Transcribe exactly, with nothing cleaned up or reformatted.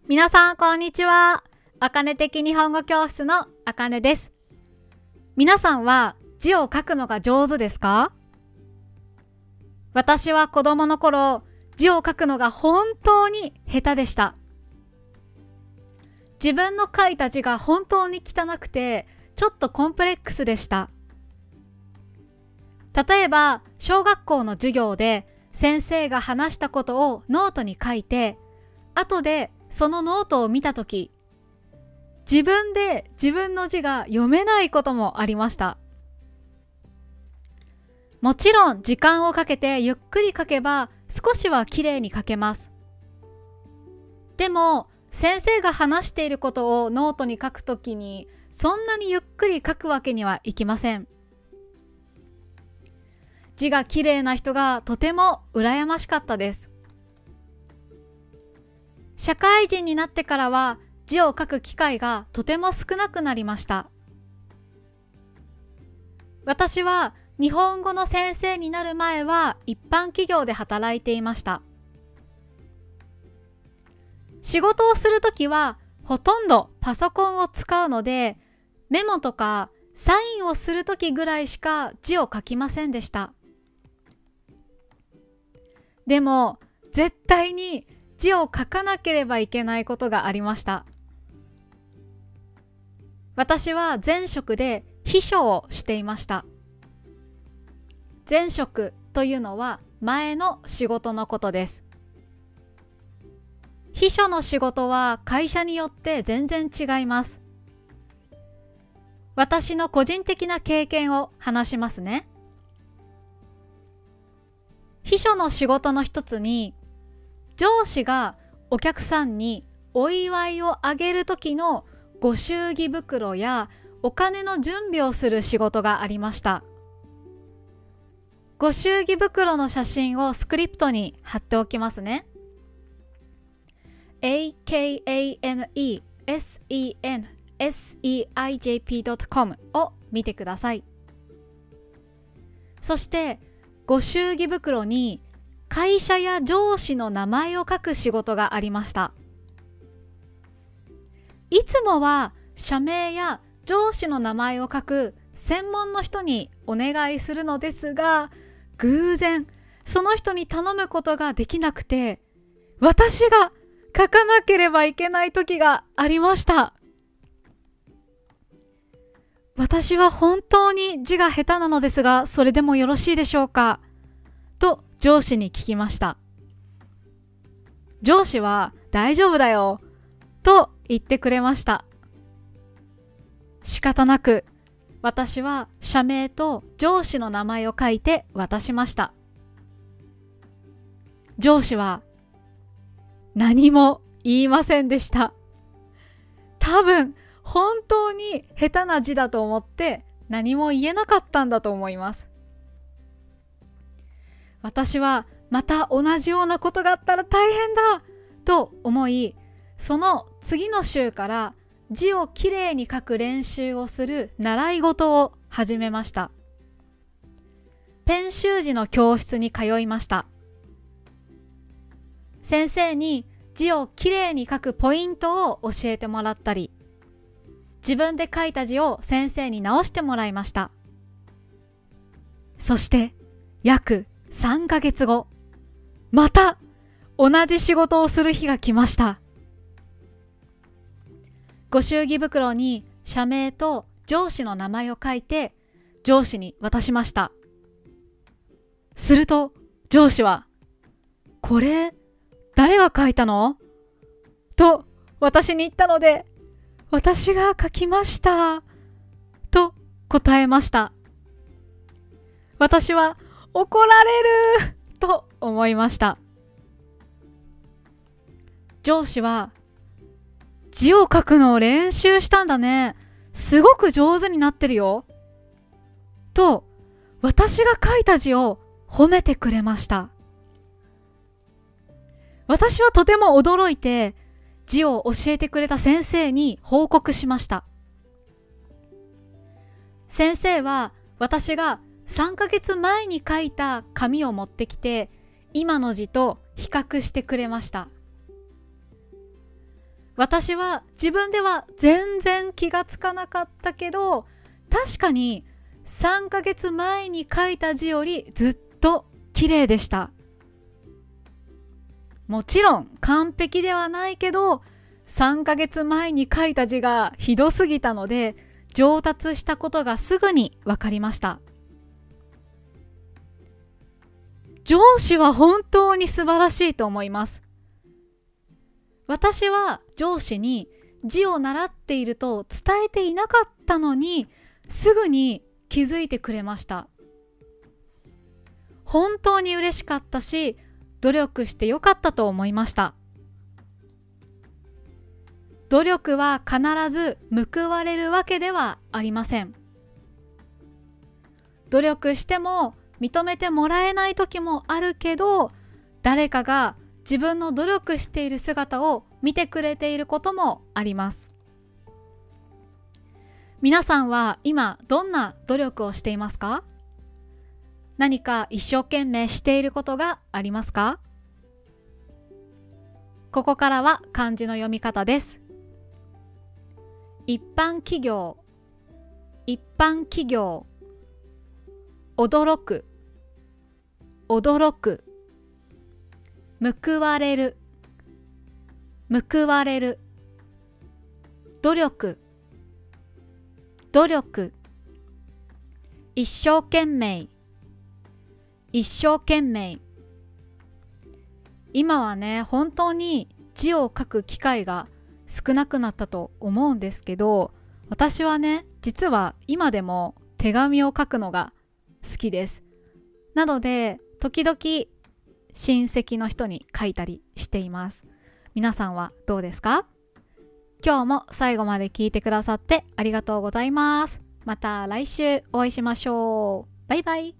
皆さんこんにちは。あかね的日本語教室のあかねです。皆さんは字を書くのが上手ですか？私は子供の頃、字を書くのが本当に下手でした。自分の書いた字が本当に汚くて、ちょっとコンプレックスでした。例えば、小学校の授業で先生が話したことをノートに書いて、後でそのノートを見たとき、自分で自分の字が読めないこともありました。もちろん時間をかけてゆっくり書けば少しはきれいに書けます。でも先生が話していることをノートに書くときにそんなにゆっくり書くわけにはいきません。字がきれいな人がとても羨ましかったです。社会人になってからは字を書く機会がとても少なくなりました。私は日本語の先生になる前は一般企業で働いていました。仕事をするときはほとんどパソコンを使うので、メモとかサインをするときぐらいしか字を書きませんでした。でも絶対に字を書かなければいけないことがありました。私は前職で秘書をしていました。前職というのは前の仕事のことです。秘書の仕事は会社によって全然違います。私の個人的な経験を話しますね。秘書の仕事の一つに、上司がお客さんにお祝いをあげる時のご祝儀袋やお金の準備をする仕事がありました。ご祝儀袋の写真をスクリプトに貼っておきますね。エーケーエーエヌイーエスイーエヌエスイーアイジェーピードットコム を見てください。そしてご祝儀袋に会社や上司の名前を書く仕事がありました。いつもは社名や上司の名前を書く専門の人にお願いするのですが、偶然その人に頼むことができなくて、私が書かなければいけない時がありました。私は本当に字が下手なのですが、それでもよろしいでしょうかと上司に聞きました。上司は大丈夫だよと言ってくれました。仕方なく私は社名と上司の名前を書いて渡しました。上司は何も言いませんでした。多分本当に下手な字だと思って何も言えなかったんだと思います。私はまた同じようなことがあったら大変だと思い、その次の週から字をきれいに書く練習をする習い事を始めました。ペン習字の教室に通いました。先生に字をきれいに書くポイントを教えてもらったり、自分で書いた字を先生に直してもらいました。そして約さんかげつご、また同じ仕事をする日が来ました。ご祝儀袋に社名と上司の名前を書いて上司に渡しました。すると上司は、これ誰が書いたのと私に言ったので、私が書きましたと答えました。私は怒られると思いました。上司は、字を書くのを練習したんだね。すごく上手になってるよ。と、私が書いた字を褒めてくれました。私はとても驚いて、字を教えてくれた先生に報告しました。先生は私がさんかげつまえに書いた紙を持ってきて、今の字と比較してくれました。 私は自分では全然気がつかなかったけど、確かにさんかげつまえに書いた字よりずっと綺麗でした。もちろん完璧ではないけど、さんかげつまえに書いた字がひどすぎたので、上達したことがすぐに分かりました。上司は本当に素晴らしいと思います。私は上司に字を習っていると伝えていなかったのに、すぐに気づいてくれました。本当に嬉しかったし、努力してよかったと思いました。努力は必ず報われるわけではありません。努力しても認めてもらえない時もあるけど、誰かが自分の努力している姿を見てくれていることもあります。皆さんは今どんな努力をしていますか？何か一生懸命していることがありますか？ここからは漢字の読み方です。一般企業、一般企業、驚く、驚く、報われる、報われる、努力、努力、一生懸命、一生懸命。今はね、本当に字を書く機会が少なくなったと思うんですけど、私はね、実は今でも手紙を書くのが好きです。なので、時々親戚の人に書いたりしています。皆さんはどうですか？今日も最後まで聞いてくださってありがとうございます。また来週お会いしましょう。バイバイ。